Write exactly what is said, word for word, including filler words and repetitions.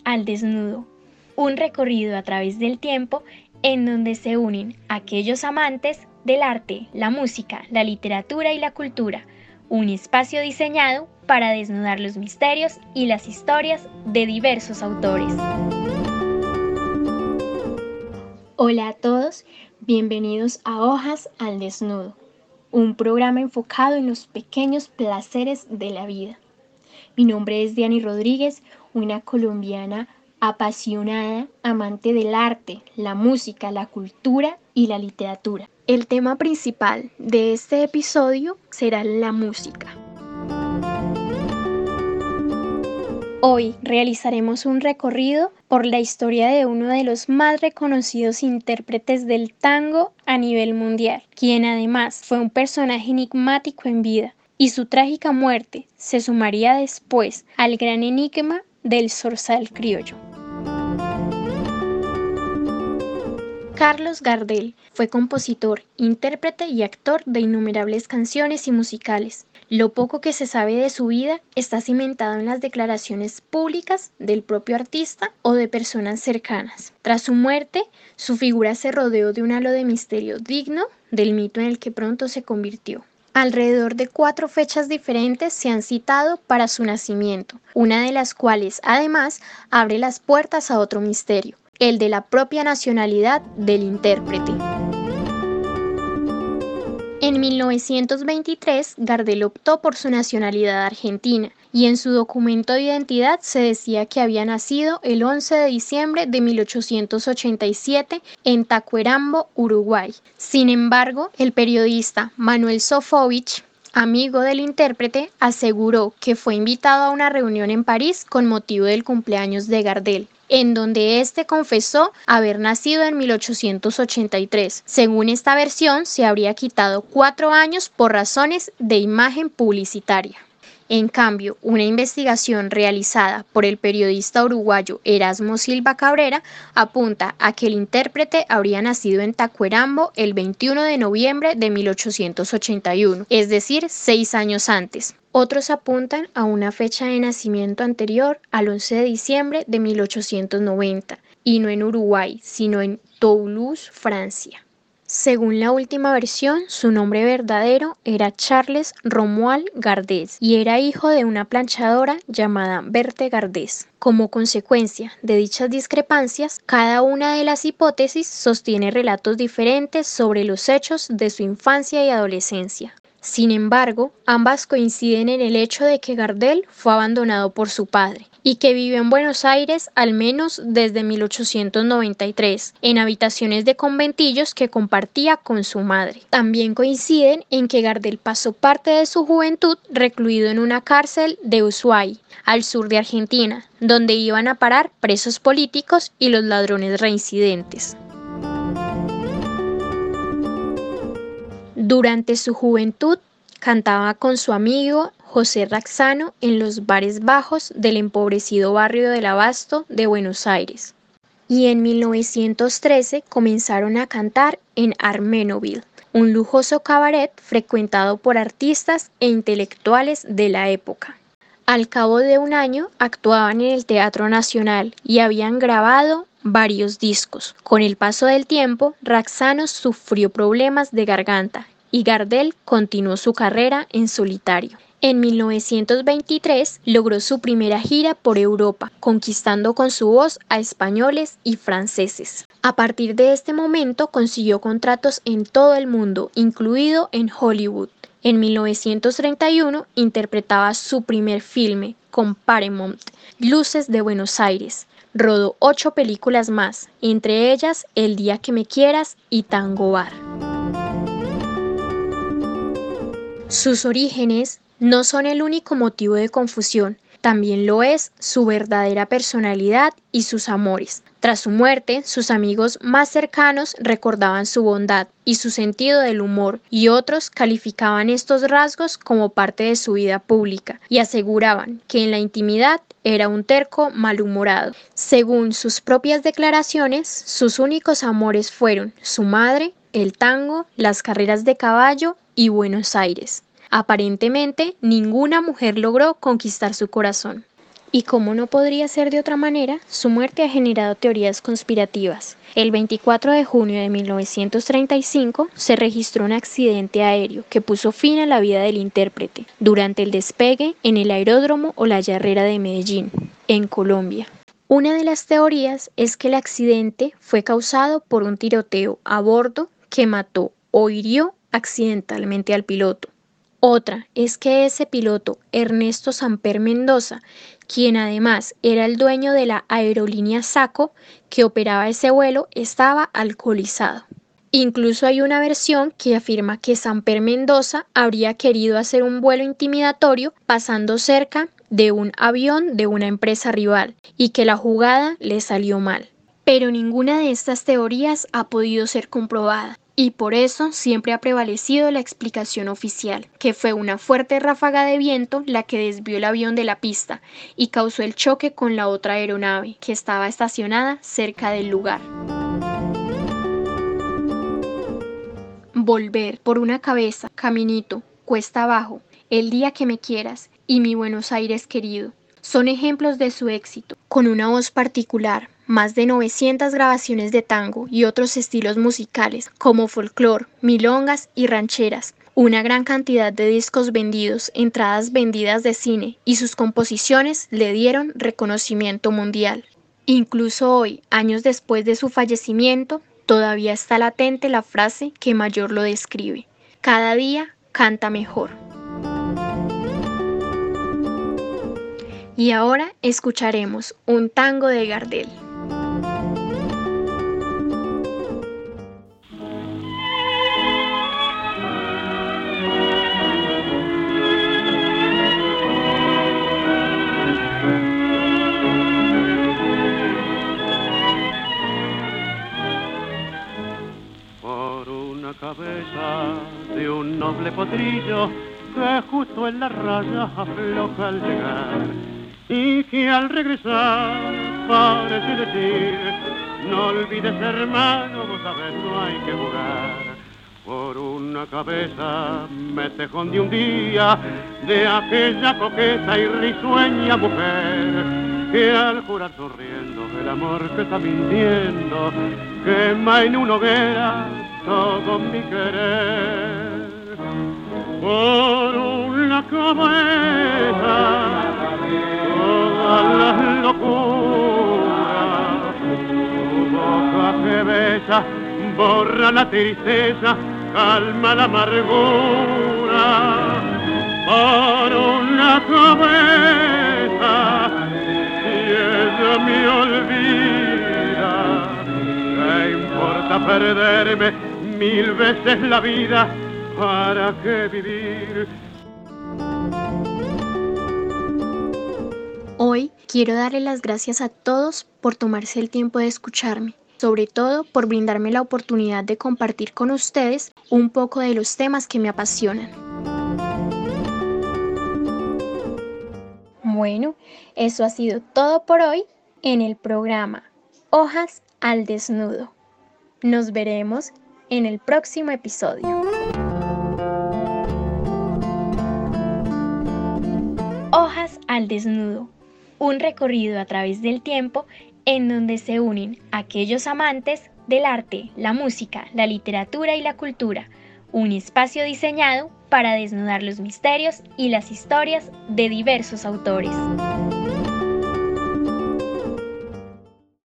al desnudo, un recorrido a través del tiempo en donde se unen aquellos amantes del arte, la música, la literatura y la cultura, un espacio diseñado para desnudar los misterios y las historias de diversos autores. Hola a todos, bienvenidos a Hojas al Desnudo, un programa enfocado en los pequeños placeres de la vida. Mi nombre es Diany Rodríguez, una colombiana apasionada, amante del arte, la música, la cultura y la literatura. El tema principal de este episodio será la música. Hoy realizaremos un recorrido por la historia de uno de los más reconocidos intérpretes del tango a nivel mundial, quien además fue un personaje enigmático en vida, y su trágica muerte se sumaría después al gran enigma del zorzal criollo. Carlos Gardel fue compositor, intérprete y actor de innumerables canciones y musicales. Lo poco que se sabe de su vida está cimentado en las declaraciones públicas del propio artista o de personas cercanas. Tras su muerte, su figura se rodeó de un halo de misterio digno del mito en el que pronto se convirtió. Alrededor de cuatro fechas diferentes se han citado para su nacimiento, una de las cuales, además, abre las puertas a otro misterio, el de la propia nacionalidad del intérprete. En mil novecientos veintitrés, Gardel optó por su nacionalidad argentina y en su documento de identidad se decía que había nacido el once de diciembre de mil ochocientos ochenta y siete en Tacuarembó, Uruguay. Sin embargo, el periodista Manuel Sofovich, amigo del intérprete, aseguró que fue invitado a una reunión en París con motivo del cumpleaños de Gardel, en donde éste confesó haber nacido en mil ochocientos ochenta y tres. Según esta versión, se habría quitado cuatro años por razones de imagen publicitaria. En cambio, una investigación realizada por el periodista uruguayo Erasmo Silva Cabrera apunta a que el intérprete habría nacido en Tacuarembó el veintiuno de noviembre de mil ochocientos ochenta y uno, es decir, seis años antes. Otros apuntan a una fecha de nacimiento anterior al once de diciembre de mil ochocientos noventa, y no en Uruguay, sino en Toulouse, Francia. Según la última versión, su nombre verdadero era Charles Romuald Gardés y era hijo de una planchadora llamada Berthe Gardés. Como consecuencia de dichas discrepancias, cada una de las hipótesis sostiene relatos diferentes sobre los hechos de su infancia y adolescencia. Sin embargo, ambas coinciden en el hecho de que Gardel fue abandonado por su padre y que vivió en Buenos Aires al menos desde mil ochocientos noventa y tres, en habitaciones de conventillos que compartía con su madre. También coinciden en que Gardel pasó parte de su juventud recluido en una cárcel de Ushuaia, al sur de Argentina, donde iban a parar presos políticos y los ladrones reincidentes. Durante su juventud, cantaba con su amigo José Razzano en los bares bajos del empobrecido barrio del Abasto de Buenos Aires. Y en mil novecientos trece comenzaron a cantar en Armenoville, un lujoso cabaret frecuentado por artistas e intelectuales de la época. Al cabo de un año actuaban en el Teatro Nacional y habían grabado varios discos. Con el paso del tiempo, Razzano sufrió problemas de garganta y Gardel continuó su carrera en solitario. En mil novecientos veintitrés logró su primera gira por Europa, conquistando con su voz a españoles y franceses. A partir de este momento consiguió contratos en todo el mundo, incluido en Hollywood. En mil novecientos treinta y uno interpretaba su primer filme con Paramount, Luces de Buenos Aires. Rodó ocho películas más, entre ellas El día que me quieras y Tango Bar. Sus orígenes no son el único motivo de confusión, también lo es su verdadera personalidad y sus amores. Tras su muerte, sus amigos más cercanos recordaban su bondad y su sentido del humor, y otros calificaban estos rasgos como parte de su vida pública y aseguraban que en la intimidad era un terco malhumorado. Según sus propias declaraciones, sus únicos amores fueron su madre, el tango, las carreras de caballo y Buenos Aires. Aparentemente, ninguna mujer logró conquistar su corazón. Y como no podría ser de otra manera, su muerte ha generado teorías conspirativas. El veinticuatro de junio de mil novecientos treinta y cinco se registró un accidente aéreo que puso fin a la vida del intérprete durante el despegue en el aeródromo Olaya de Medellín, en Colombia. Una de las teorías es que el accidente fue causado por un tiroteo a bordo que mató o hirió accidentalmente al piloto. Otra es que ese piloto, Ernesto Samper Mendoza, quien además era el dueño de la aerolínea Saco que operaba ese vuelo, estaba alcoholizado. Incluso hay una versión que afirma que Samper Mendoza habría querido hacer un vuelo intimidatorio pasando cerca de un avión de una empresa rival y que la jugada le salió mal. Pero ninguna de estas teorías ha podido ser comprobada. Y por eso siempre ha prevalecido la explicación oficial, que fue una fuerte ráfaga de viento la que desvió el avión de la pista y causó el choque con la otra aeronave, que estaba estacionada cerca del lugar. Volver por una cabeza, caminito, cuesta abajo, el día que me quieras y mi Buenos Aires querido. Son ejemplos de su éxito, con una voz particular, más de novecientas grabaciones de tango y otros estilos musicales como folclor, milongas y rancheras, una gran cantidad de discos vendidos, entradas vendidas de cine y sus composiciones le dieron reconocimiento mundial. Incluso hoy, años después de su fallecimiento, todavía está latente la frase que mayor lo describe: cada día canta mejor. Y ahora escucharemos un tango de Gardel. Por una cabeza de un noble potrillo que justo en la raya afloja al llegar y que al regresar parece decir: no olvides, hermano, vos sabés, no hay que jugar. Por una cabeza me tejón de un día de aquella coqueta y risueña mujer que al jurar sonriendo el amor que está mintiendo quema en una hoguera todo mi querer. Por una cabeza todas las locuras, tu boca que besa borra la tristeza, calma la amargura. Por una cabeza, si ella me olvida, ¿qué importa perderme mil veces la vida? ¿Para qué vivir? Hoy quiero darle las gracias a todos por tomarse el tiempo de escucharme, sobre todo por brindarme la oportunidad de compartir con ustedes un poco de los temas que me apasionan. Bueno, eso ha sido todo por hoy en el programa Hojas al Desnudo. Nos veremos en el próximo episodio. Hojas al Desnudo, un recorrido a través del tiempo en donde se unen aquellos amantes del arte, la música, la literatura y la cultura, un espacio diseñado para desnudar los misterios y las historias de diversos autores.